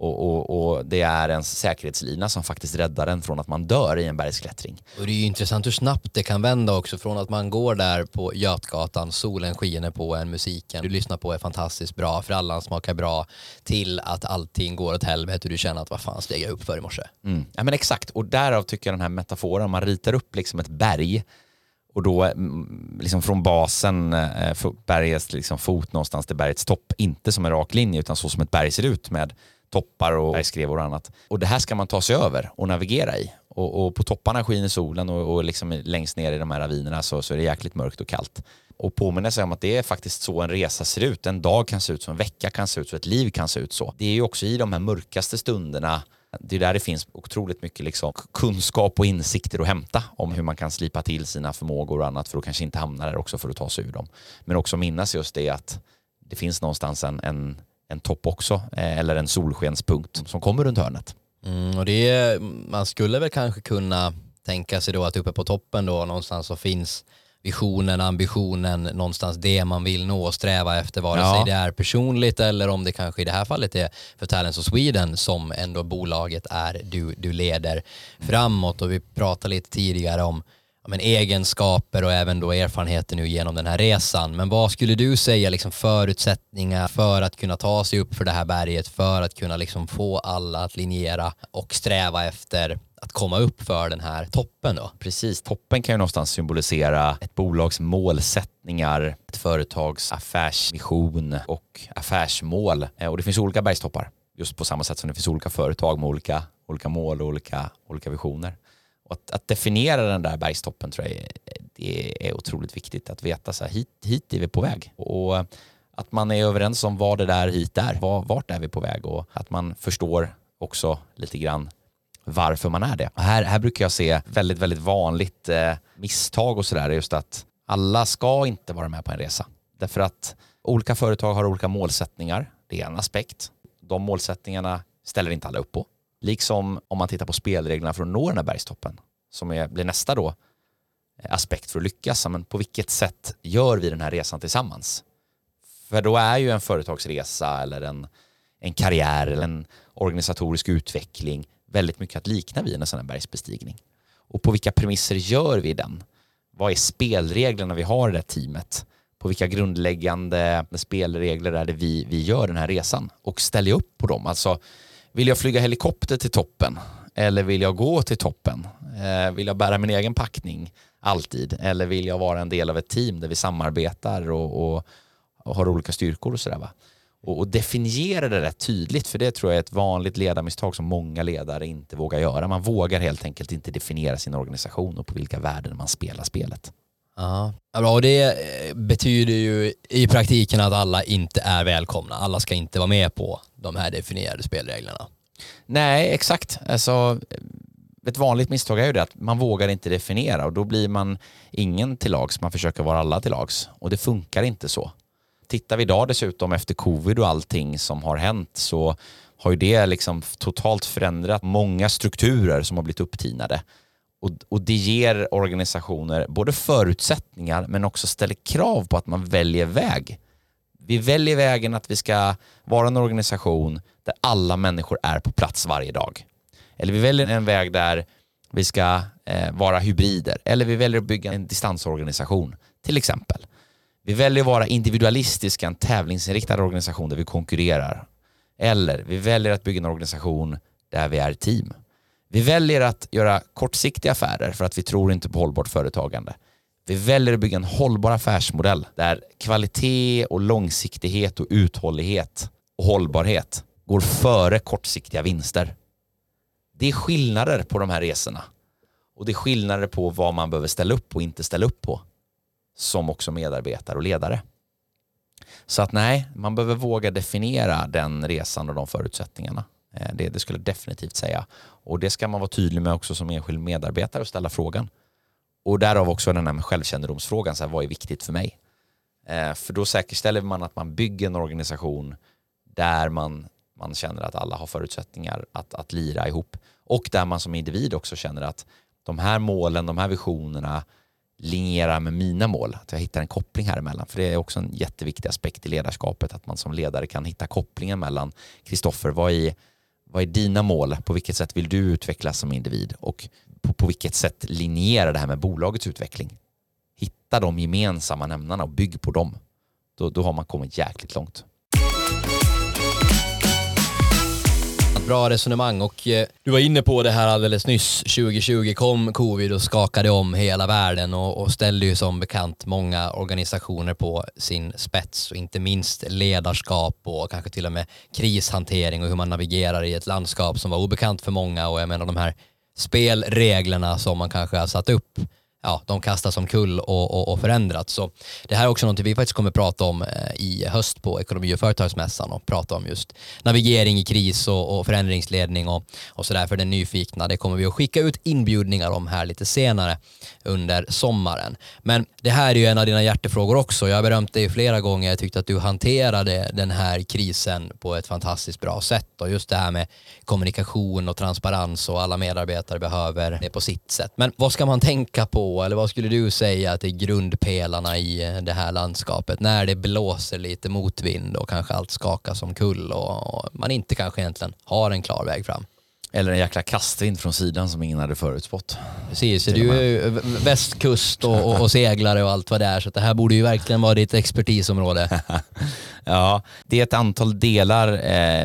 Och det är en säkerhetslina som faktiskt räddar en från att man dör i en bergsklättring. Och det är ju intressant hur snabbt det kan vända också, från att man går där på Götgatan, solen skiner på en, musiken du lyssnar på är fantastiskt bra, frallan smakar bra, till att allting går åt helvete och du känner att vad fan steg jag upp för i morse. Ja men exakt, och därav tycker jag den här metaforen, man ritar upp liksom ett berg och då liksom från basen, bergets liksom fot någonstans till bergets topp, inte som en rak linje utan så som ett berg ser ut med toppar och bergskrevor och annat. Och det här ska man ta sig över och navigera i. Och på topparna skiner solen och liksom längst ner i de här ravinerna så är det jäkligt mörkt och kallt. Och påminner sig om att det är faktiskt så en resa ser ut. En dag kan se ut så, en vecka kan se ut så, ett liv kan se ut så. Det är ju också i de här mörkaste stunderna, det är där det finns otroligt mycket liksom kunskap och insikter att hämta om hur man kan slipa till sina förmågor och annat för att kanske inte hamna där också för att ta sig ur dem. Men också minnas just det att det finns någonstans en topp också, eller en solskenspunkt som kommer runt hörnet. Och man skulle väl kanske kunna tänka sig då att uppe på toppen då någonstans så finns visionen, ambitionen, någonstans det man vill nå och sträva efter, vare sig det är personligt eller om det kanske i det här fallet är för Talents of Sweden som ändå bolaget är du leder framåt. Och vi pratade lite tidigare om egenskaper och även då erfarenheter nu genom den här resan. Men vad skulle du säga liksom förutsättningar för att kunna ta sig upp för det här berget, för att kunna liksom få alla att linjera och sträva efter att komma upp för den här toppen då? Precis, toppen kan ju någonstans symbolisera ett bolags målsättningar, ett företags affärsvision och affärsmål. Och det finns olika bergstoppar, just på samma sätt som det finns olika företag med olika mål och olika visioner. Och att definiera den där bergstoppen tror jag det är otroligt viktigt att veta. Så här, hit är vi på väg. Och att man är överens om vad det där hit är. Vart är vi på väg? Och att man förstår också lite grann varför man är det. Och här brukar jag se väldigt, väldigt vanligt misstag och sådär. Just att alla ska inte vara med på en resa. Därför att olika företag har olika målsättningar. Det är en aspekt. De målsättningarna ställer inte alla upp på. Liksom om man tittar på spelreglerna för att nå den här bergstoppen som blir nästa då aspekt för att lyckas. Men på vilket sätt gör vi den här resan tillsammans? För då är ju en företagsresa eller en karriär eller en organisatorisk utveckling väldigt mycket att likna vid en sån här bergsbestigning. Och på vilka premisser gör vi den? Vad är spelreglerna vi har i det här teamet? På vilka grundläggande spelregler är det vi gör den här resan? Och ställer jag upp på dem? Alltså, vill jag flyga helikopter till toppen? Eller vill jag gå till toppen? Vill jag bära min egen packning alltid? Eller vill jag vara en del av ett team där vi samarbetar och har olika styrkor och sådär va? Och definiera det rätt tydligt, för det tror jag är ett vanligt ledarmisstag som många ledare inte vågar göra. Man vågar helt enkelt inte definiera sin organisation och på vilka värden man spelar spelet. Ja, och det betyder ju i praktiken att alla inte är välkomna. Alla ska inte vara med på de här definierade spelreglerna. Nej, exakt. Alltså, ett vanligt misstag är ju det att man vågar inte definiera och då blir man ingen till lags. Man försöker vara alla till lags och det funkar inte så. Tittar vi idag dessutom efter covid och allting som har hänt så har ju det liksom totalt förändrat många strukturer som har blivit upptinade. Och det ger organisationer både förutsättningar men också ställer krav på att man väljer väg. Vi väljer vägen att vi ska vara en organisation där alla människor är på plats varje dag. Eller vi väljer en väg där vi ska vara hybrider. Eller vi väljer att bygga en distansorganisation till exempel. Vi väljer att vara individualistiska, en tävlingsinriktad organisation där vi konkurrerar. Eller vi väljer att bygga en organisation där vi är team. Vi väljer att göra kortsiktiga affärer för att vi tror inte på hållbart företagande. Vi väljer att bygga en hållbar affärsmodell där kvalitet och långsiktighet och uthållighet och hållbarhet går före kortsiktiga vinster. Det är skillnader på de här resorna. Och det är skillnader på vad man behöver ställa upp och inte ställa upp på. Som också medarbetare och ledare. Så att nej, man behöver våga definiera den resan och de förutsättningarna. Det skulle jag definitivt säga. Och det ska man vara tydlig med också som enskild medarbetare och ställa frågan. Och därav också den här med självkännedomsfrågan. Så här, vad är viktigt för mig? För då säkerställer man att man bygger en organisation där man man känner att alla har förutsättningar att lira ihop. Och där man som individ också känner att de här målen, de här visionerna linjerar med mina mål. Att jag hittar en koppling här emellan. För det är också en jätteviktig aspekt i ledarskapet. Att man som ledare kan hitta kopplingen mellan Kristoffer, vad är dina mål? På vilket sätt vill du utvecklas som individ? Och på vilket sätt linjerar det här med bolagets utveckling? Hitta de gemensamma nämnarna och bygg på dem. Då har man kommit jäkligt långt. Bra resonemang, och du var inne på det här alldeles nyss. 2020 kom covid och skakade om hela världen och ställde ju som bekant många organisationer på sin spets, och inte minst ledarskap och kanske till och med krishantering och hur man navigerar i ett landskap som var obekant för många. Och jag menar, de här spelreglerna som man kanske har satt upp, ja, de kastas omkull och förändrats. Så det här är också något vi faktiskt kommer prata om i höst på Ekonomi- och företagsmässan, och prata om just navigering i kris och förändringsledning och sådär för den nyfikna. Det kommer vi att skicka ut inbjudningar om här lite senare under sommaren. Men det här är ju en av dina hjärtefrågor också. Jag har berömt dig flera gånger. Jag tyckte att du hanterade den här krisen på ett fantastiskt bra sätt, och just det här med kommunikation och transparens, och alla medarbetare behöver det på sitt sätt. Men vad ska man tänka på, eller vad skulle du säga att det är grundpelarna i det här landskapet när det blåser lite motvind och kanske allt skakas omkull och man inte kanske egentligen har en klar väg fram? Eller en jäkla kastvind från sidan som ingen hade förutspått. Precis, du är ju västkust och seglare och allt vad det är, så det här borde ju verkligen vara ditt expertisområde. Ja, det är ett antal delar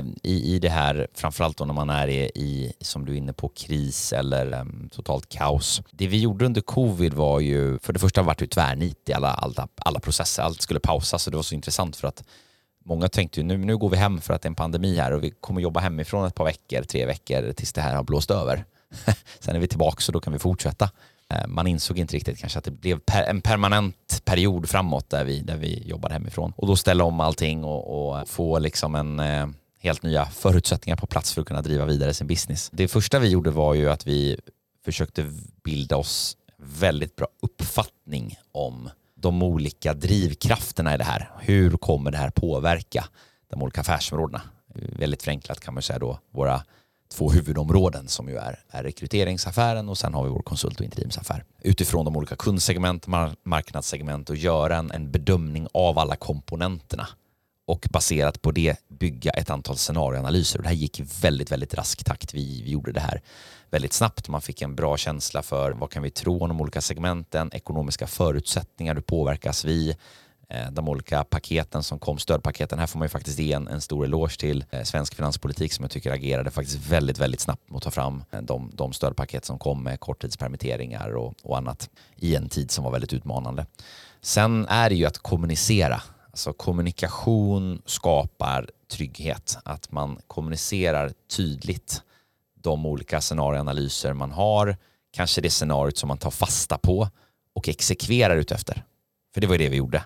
i det här, framförallt då när man är i, som du är inne på, kris eller totalt kaos. Det vi gjorde under covid var ju, för det första var det tvärnit i alla processer, allt skulle pausas, och det var så intressant för att många tänkte ju nu går vi hem för att det är en pandemi här och vi kommer jobba hemifrån ett par veckor, 3 veckor tills det här har blåst över. Sen är vi tillbaka, så då kan vi fortsätta. Man insåg inte riktigt kanske att det blev en permanent period framåt där vi jobbade hemifrån. Och då ställa om allting och få liksom en helt nya förutsättningar på plats för att kunna driva vidare sin business. Det första vi gjorde var ju att vi försökte bilda oss väldigt bra uppfattning om de olika drivkrafterna i det här. Hur kommer det här påverka de olika affärsområdena? Väldigt förenklat kan man säga då våra 2 huvudområden som ju är rekryteringsaffären, och sen har vi vår konsult- och interimsaffär. Utifrån de olika kundsegment, marknadssegment, och göra en bedömning av alla komponenterna och baserat på det bygga ett antal scenarioanalyser. Och det här gick i väldigt, väldigt rask takt. Vi gjorde det här väldigt snabbt. Man fick en bra känsla för vad kan vi tro om de olika segmenten, ekonomiska förutsättningar, hur påverkas vi, de olika paketen som kom, stödpaketen. Här får man ju faktiskt ge en stor eloge till svensk finanspolitik som jag tycker agerade faktiskt väldigt, väldigt snabbt mot att ta fram de stödpaket som kom med korttidspermitteringar och annat i en tid som var väldigt utmanande. Sen är det ju att kommunicera. Alltså kommunikation skapar trygghet. Att man kommunicerar tydligt de olika scenarioanalyser man har. Kanske det scenariot som man tar fasta på och exekverar utefter. För det var det vi gjorde.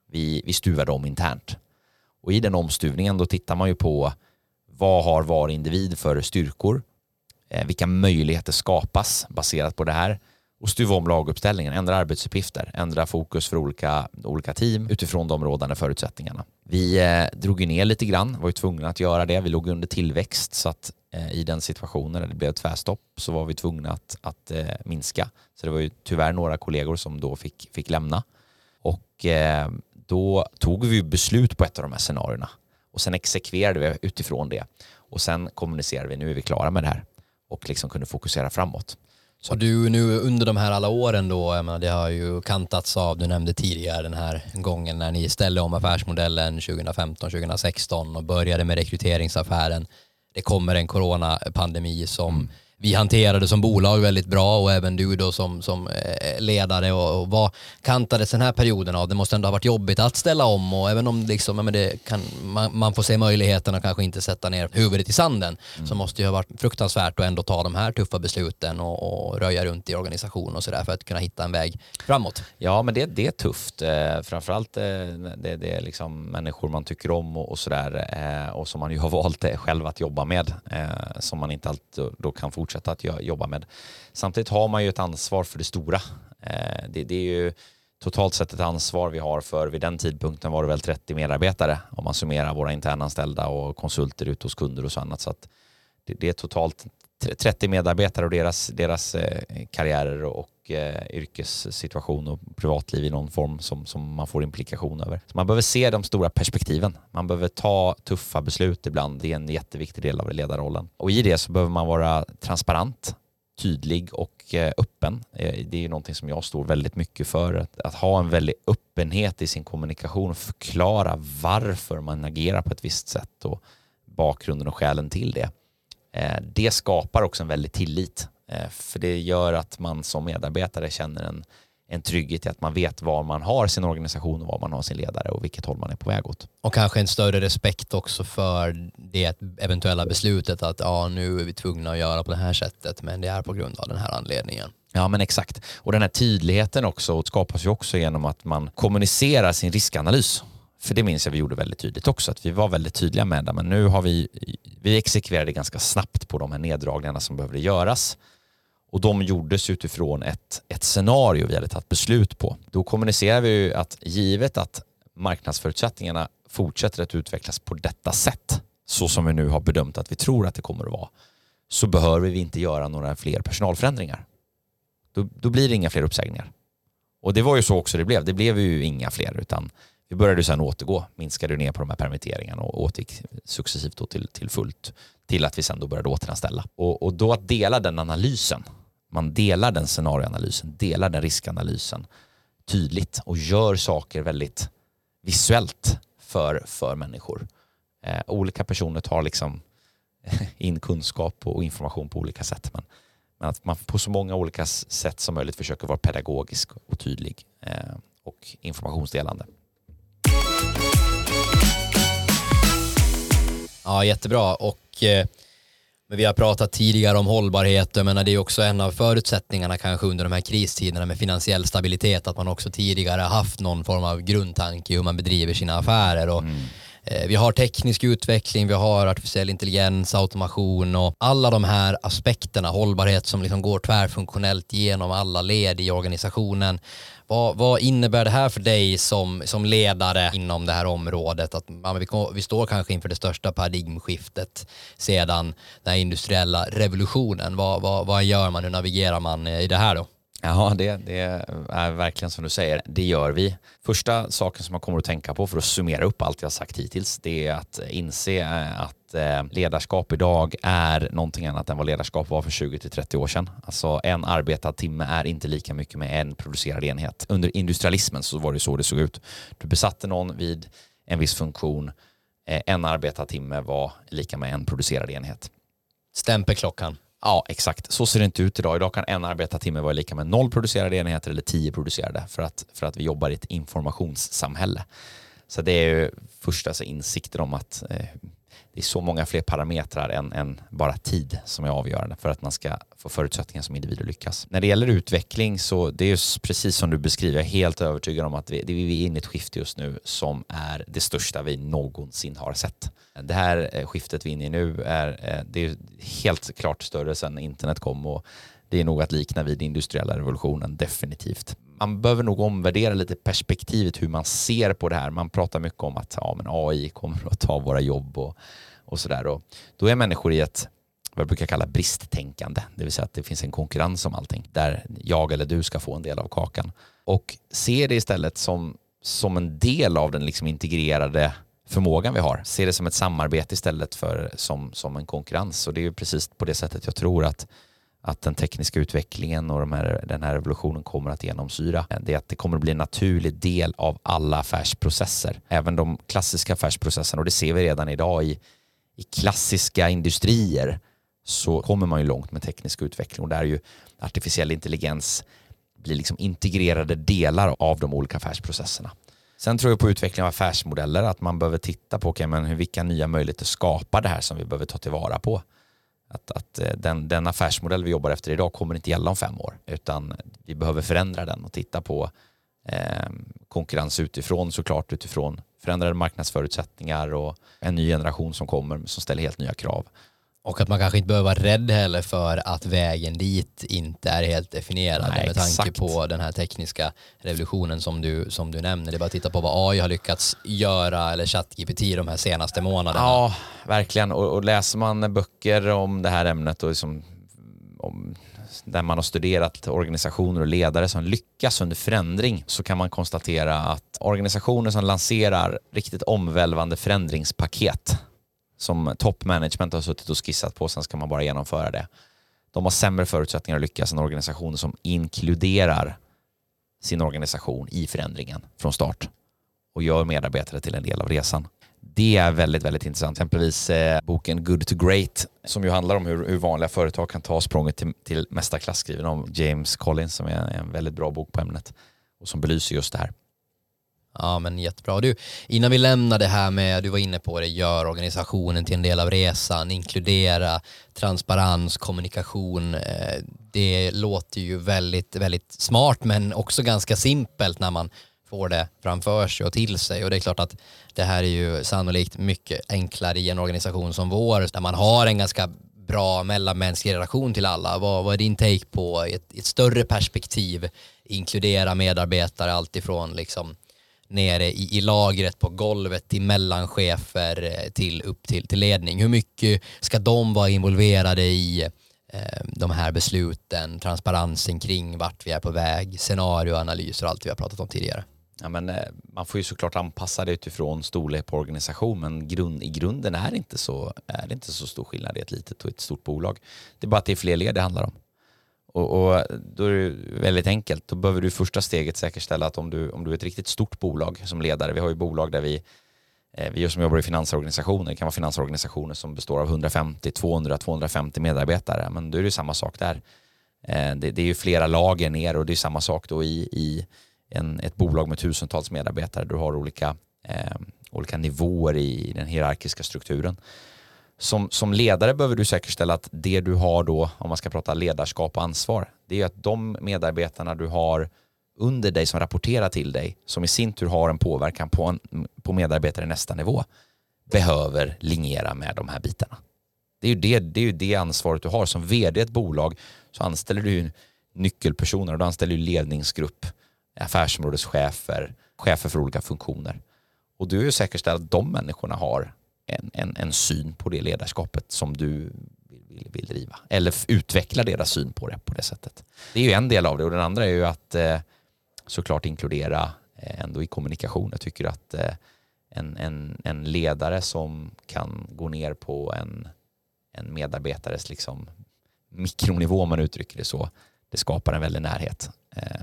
Vi stuvade om internt. Och i den omstuvningen då tittar man ju på vad har var individ för styrkor. Vilka möjligheter skapas baserat på det här. Och stuva om laguppställningen, ändra arbetsuppgifter, ändra fokus för olika team utifrån de rådande förutsättningarna. Vi drog ju ner lite grann, var ju tvungna att göra det. Vi låg under tillväxt, så att i den situationen när det blev tvärstopp så var vi tvungna att minska. Så det var ju tyvärr några kollegor som då fick lämna. Och då tog vi beslut på ett av de här scenarierna. Och sen exekverade vi utifrån det. Och sen kommunicerade vi, nu är vi klara med det här. Och liksom kunde fokusera framåt. Så du nu under de här alla åren då, jag menar, det har ju kantats av, du nämnde tidigare den här gången när ni ställde om affärsmodellen 2015-2016 och började med rekryteringsaffären. Det kommer en coronapandemi som vi hanterade som bolag väldigt bra, och även du då som ledare, och vad kantades den här perioden av? Det måste ändå ha varit jobbigt att ställa om, och även om liksom, men det kan, man får se möjligheten och kanske inte sätta ner huvudet i sanden, så måste det ha varit fruktansvärt att ändå ta de här tuffa besluten och röja runt i organisation och sådär för att kunna hitta en väg framåt. Ja, men det är tufft. Framförallt det är liksom människor man tycker om och sådär, och som man ju har valt själv att jobba med, som man inte alltid då kan fortsätta att jobba med. Samtidigt har man ju ett ansvar för det stora. Det är ju totalt sett ett ansvar vi har för, vid den tidpunkten var det väl 30 medarbetare om man summerar våra internanställda och konsulter ute hos kunder och så annat. Så att det är totalt 30 medarbetare och deras karriärer och yrkessituation och privatliv i någon form som man får implikation över. Så man behöver se de stora perspektiven. Man behöver ta tuffa beslut ibland. Det är en jätteviktig del av ledarrollen. Och i det så behöver man vara transparent, tydlig och öppen. Det är ju någonting som jag står väldigt mycket för. Att ha en väldig öppenhet i sin kommunikation och förklara varför man agerar på ett visst sätt och bakgrunden och skälen till det. Det skapar också en väldig tillit. För det gör att man som medarbetare känner en trygghet i att man vet var man har sin organisation och var man har sin ledare och vilket håll man är på väg åt. Och kanske en större respekt också för det eventuella beslutet att nu är vi tvungna att göra på det här sättet, men det är på grund av den här anledningen. Ja, men exakt. Och den här tydligheten också skapas ju också genom att man kommunicerar sin riskanalys. För det minns jag vi gjorde väldigt tydligt också, att vi var väldigt tydliga med det. Men nu har vi exekverade ganska snabbt på de här neddragningarna som behövde göras. Och de gjordes utifrån ett scenario vi hade tagit beslut på. Då kommunicerar vi ju att givet att marknadsförutsättningarna fortsätter att utvecklas på detta sätt, så som vi nu har bedömt att vi tror att det kommer att vara, så behöver vi inte göra några fler personalförändringar. Då blir det inga fler uppsägningar. Och det var ju så också det blev. Det blev ju inga fler, utan vi började sedan återgå, minskade ner på de här permitteringarna och återgick successivt då till fullt, till att vi sedan då började återanställa. Och då att dela den analysen, man delar den scenarioanalysen, delar den riskanalysen tydligt och gör saker väldigt visuellt för människor. Olika personer tar liksom in kunskap och information på olika sätt, men att man på så många olika sätt som möjligt försöker vara pedagogisk och tydlig och informationsdelande. Ja, jättebra. Men vi har pratat tidigare om hållbarhet. Jag menar, det är också en av förutsättningarna kanske under de här kristiderna med finansiell stabilitet, att man också tidigare haft någon form av grundtanke i hur man bedriver sina affärer. Och vi har teknisk utveckling, vi har artificiell intelligens, automation och alla de här aspekterna, hållbarhet som liksom går tvärfunktionellt genom alla led i organisationen. Vad innebär det här för dig som ledare inom det här området? Att vi står kanske inför det största paradigmskiftet sedan den här industriella revolutionen. Vad gör man? Hur navigerar man i det här då? Ja, det är verkligen som du säger. Det gör vi. Första saken som man kommer att tänka på för att summera upp allt jag sagt hittills, det är att inse att ledarskap idag är någonting annat än vad ledarskap var för 20-30 år sedan. Alltså en arbetad timme är inte lika mycket med en producerad enhet. Under industrialismen så var det så det såg ut. Du besatte någon vid en viss funktion. En arbetad timme var lika med en producerad enhet. Stämpelklockan. Ja, exakt. Så ser det inte ut idag. Idag kan en arbetartimme vara lika med 0 producerade enheter eller 10 producerade för att vi jobbar i ett informationssamhälle. Så det är ju första insikten om att det är så många fler parametrar än bara tid som är avgörande för att man ska få förutsättningar som individ att lyckas. När det gäller utveckling så det är ju precis som du beskriver, jag är helt övertygad om att vi är inne i ett skifte just nu som är det största vi någonsin har sett. Det här skiftet vi är inne i nu det är helt klart större sedan internet kom och det är nog att likna vid industriella revolutionen, definitivt. Man behöver nog omvärdera lite perspektivet hur man ser på det här. Man pratar mycket om att AI kommer att ta våra jobb och sådär. Och då är människor i ett, vad jag brukar kalla bristtänkande. Det vill säga att det finns en konkurrens om allting. Där jag eller du ska få en del av kakan. Och se det istället som en del av den liksom integrerade förmågan vi har. Se det som ett samarbete istället för som en konkurrens. Och det är ju precis på det sättet jag tror att den tekniska utvecklingen och den här revolutionen kommer att genomsyra. Det är att det kommer att bli en naturlig del av alla affärsprocesser. Även de klassiska affärsprocesserna, och det ser vi redan idag i klassiska industrier, så kommer man ju långt med teknisk utveckling. Och där är ju artificiell intelligens blir liksom integrerade delar av de olika affärsprocesserna. Sen tror jag på utveckling av affärsmodeller, att man behöver titta på vilka nya möjligheter skapar det här som vi behöver ta tillvara på. Att den affärsmodell vi jobbar efter idag kommer inte gälla om 5 år, utan vi behöver förändra den och titta på konkurrens utifrån, såklart utifrån förändrade marknadsförutsättningar och en ny generation som kommer som ställer helt nya krav. Och att man kanske inte behöver vara rädd heller för att vägen dit inte är helt definierad. Nej, med tanke exakt. på den här tekniska revolutionen som du nämner. Det är bara att titta på vad AI har lyckats göra eller ChatGPT de här senaste månaderna. Ja, verkligen. Och läser man böcker om det här ämnet och liksom, där man har studerat organisationer och ledare som lyckas under förändring, så kan man konstatera att organisationer som lanserar riktigt omvälvande förändringspaket som toppmanagement har suttit och skissat på, sen ska man bara genomföra det. De har sämre förutsättningar att lyckas än organisationer som inkluderar sin organisation i förändringen från start och gör medarbetare till en del av resan. Det är väldigt, väldigt intressant. Exempelvis boken Good to Great, som ju handlar om hur vanliga företag kan ta språnget till mästarklass, skriven av James Collins, som är en väldigt bra bok på ämnet och som belyser just det här. Ja, men jättebra. Du, innan vi lämnar det här med, du var inne på det, gör organisationen till en del av resan, inkludera transparens, kommunikation. Det låter ju väldigt, väldigt smart, men också ganska simpelt när man får det framför sig och till sig. Och det är klart att det här är ju sannolikt mycket enklare i en organisation som vår, där man har en ganska bra mellanmänsklig relation till alla. Vad är din take på ett större perspektiv, inkludera medarbetare alltifrån liksom nere i lagret på golvet till mellanchefer till upp till ledning? Hur mycket ska de vara involverade i de här besluten, transparensen kring vart vi är på väg, scenarioanalyser och allt vi har pratat om tidigare? Ja, men man får ju såklart anpassa det utifrån storlek på organisation, men i grunden är det inte så stor skillnad i ett litet och ett stort bolag. Det är bara att det är fler led det handlar om. Och då är det väldigt enkelt. Då behöver du första steget säkerställa att om du är ett riktigt stort bolag som ledare, vi har ju bolag där vi som jobbar i finansorganisationer, det kan vara finansorganisationer som består av 150, 200, 250 medarbetare, men då är det samma sak där. Det är ju flera lager ner, och det är samma sak då i ett bolag med tusentals medarbetare. Du har olika nivåer i den hierarkiska strukturen. Som ledare behöver du säkerställa att det du har då, om man ska prata ledarskap och ansvar, det är att de medarbetarna du har under dig som rapporterar till dig, som i sin tur har en påverkan på medarbetare i nästa nivå, behöver linjera med de här bitarna. Det är ju det ansvaret du har. Som vd i ett bolag så anställer du nyckelpersoner, och du anställer ju ledningsgrupp, affärsområdeschefer, chefer för olika funktioner. Och du är ju säkerställd att de människorna har en syn på det ledarskapet som du vill driva. Eller utveckla deras syn på det på det sättet. Det är ju en del av det, och den andra är ju att såklart inkludera ändå i kommunikation. Jag tycker att en ledare som kan gå ner på en medarbetares liksom mikronivå, om man uttrycker det så, det skapar en väldig närhet.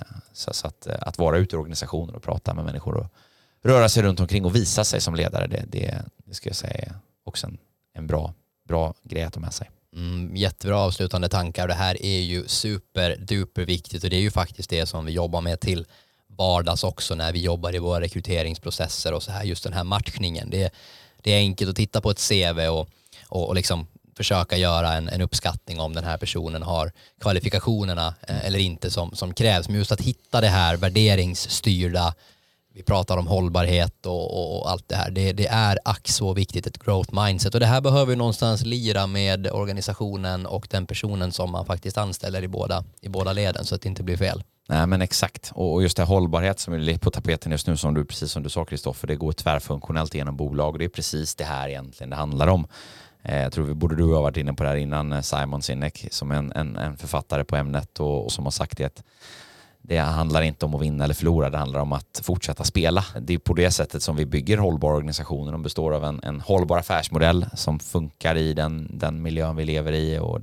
Så att vara ute i organisationer och prata med människor och röra sig runt omkring och visa sig som ledare, det ska jag säga är också en bra grej att ta med sig. Jättebra avslutande tankar. Det här är ju superduper viktigt, och det är ju faktiskt det som vi jobbar med till vardags också när vi jobbar i våra rekryteringsprocesser och så här, just den här matchningen. Det är enkelt att titta på ett CV och liksom försöka göra en uppskattning om den här personen har kvalifikationerna eller inte som krävs. Men just att hitta det här värderingsstyrda, vi pratar om hållbarhet och allt det här. Det är ack så viktigt, ett growth mindset. Och det här behöver någonstans lira med organisationen och den personen som man faktiskt anställer i båda leden, så att det inte blir fel. Nej, men exakt. Och just det här hållbarhet som är lite på tapeten just nu, precis som du sa, Kristoffer, det går tvärfunktionellt genom bolag, och det är precis det här egentligen det handlar om. Jag tror både du har varit inne på det här innan, Simon Sinek, som är en författare på ämnet och som har sagt det, att det handlar inte om att vinna eller förlora, det handlar om att fortsätta spela. Det är på det sättet som vi bygger hållbara organisationer. De består av en hållbar affärsmodell som funkar i den miljön vi lever i och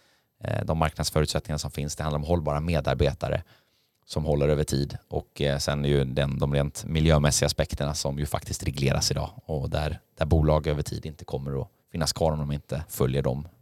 de marknadsförutsättningar som finns. Det handlar om hållbara medarbetare som håller över tid, och sen är ju de rent miljömässiga aspekterna som ju faktiskt regleras idag, och där bolag över tid inte kommer att finnas kvar om de inte följer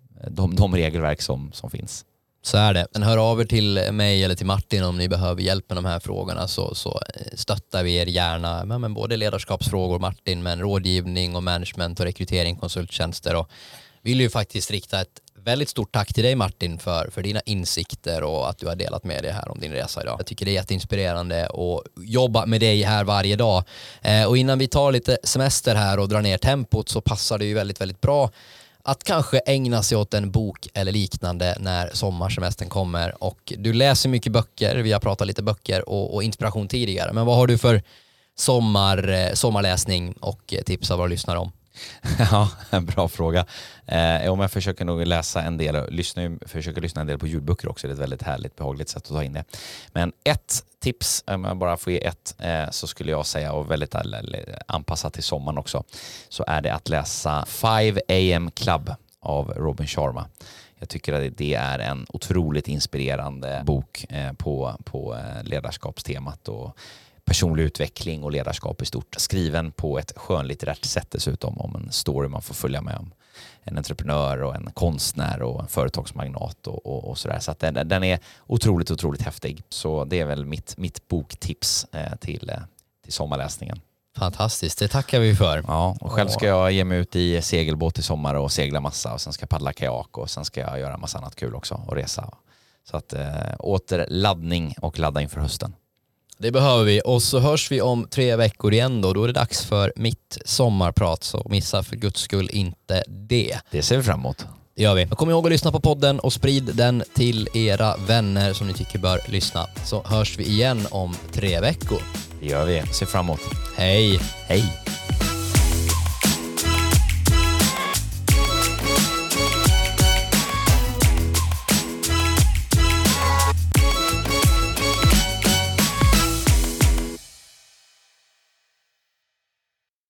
de regelverk som finns. Så är det. Men hör av er till mig eller till Martin om ni behöver hjälp med de här frågorna, så stöttar vi er gärna. Men både ledarskapsfrågor, Martin, men rådgivning och management och rekrytering, konsulttjänster. Och vill ju faktiskt rikta ett väldigt stort tack till dig, Martin, för dina insikter och att du har delat med dig här om din resa idag. Jag tycker det är jätteinspirerande att jobba med dig här varje dag. Och innan vi tar lite semester här och drar ner tempot, så passar det ju väldigt, väldigt bra att kanske ägna sig åt en bok eller liknande när sommarsemestern kommer. Och du läser mycket böcker, vi har pratat lite böcker och inspiration tidigare. Men vad har du för sommarläsning och tips av vad du lyssnar om? Ja, en bra fråga. Om jag försöker nog läsa en del och försöker lyssna en del på ljudböcker också. Det är ett väldigt härligt, behagligt sätt att ta in det. Men ett tips, om jag bara får ge ett, så skulle jag säga, och väldigt anpassat till sommaren också, så är det att läsa 5 AM Club av Robin Sharma. Jag tycker att det är en otroligt inspirerande bok på ledarskapstemat och personlig utveckling och ledarskap i stort. Skriven på ett skönlitterärt sätt dessutom, om en story man får följa med om en entreprenör och en konstnär och en företagsmagnat och sådär. Så att den är otroligt häftig. Så det är väl mitt boktips till sommarläsningen. Fantastiskt, det tackar vi för. Ja, och själv ska jag ge mig ut i segelbåt i sommar och segla massa, och sen ska jag paddla kajak och sen ska jag göra massa annat kul också och resa. Så att återladdning och ladda inför hösten. Det behöver vi, och så hörs vi om 3 veckor igen då. Då är det dags för mitt sommarprat, så missa för guds skull inte det. Det ser vi fram emot. Det gör vi. Kom ihåg att lyssna på podden och sprid den till era vänner som ni tycker bör lyssna. Så hörs vi igen om 3 veckor. Det gör vi. Ser fram emot. Hej! Hej!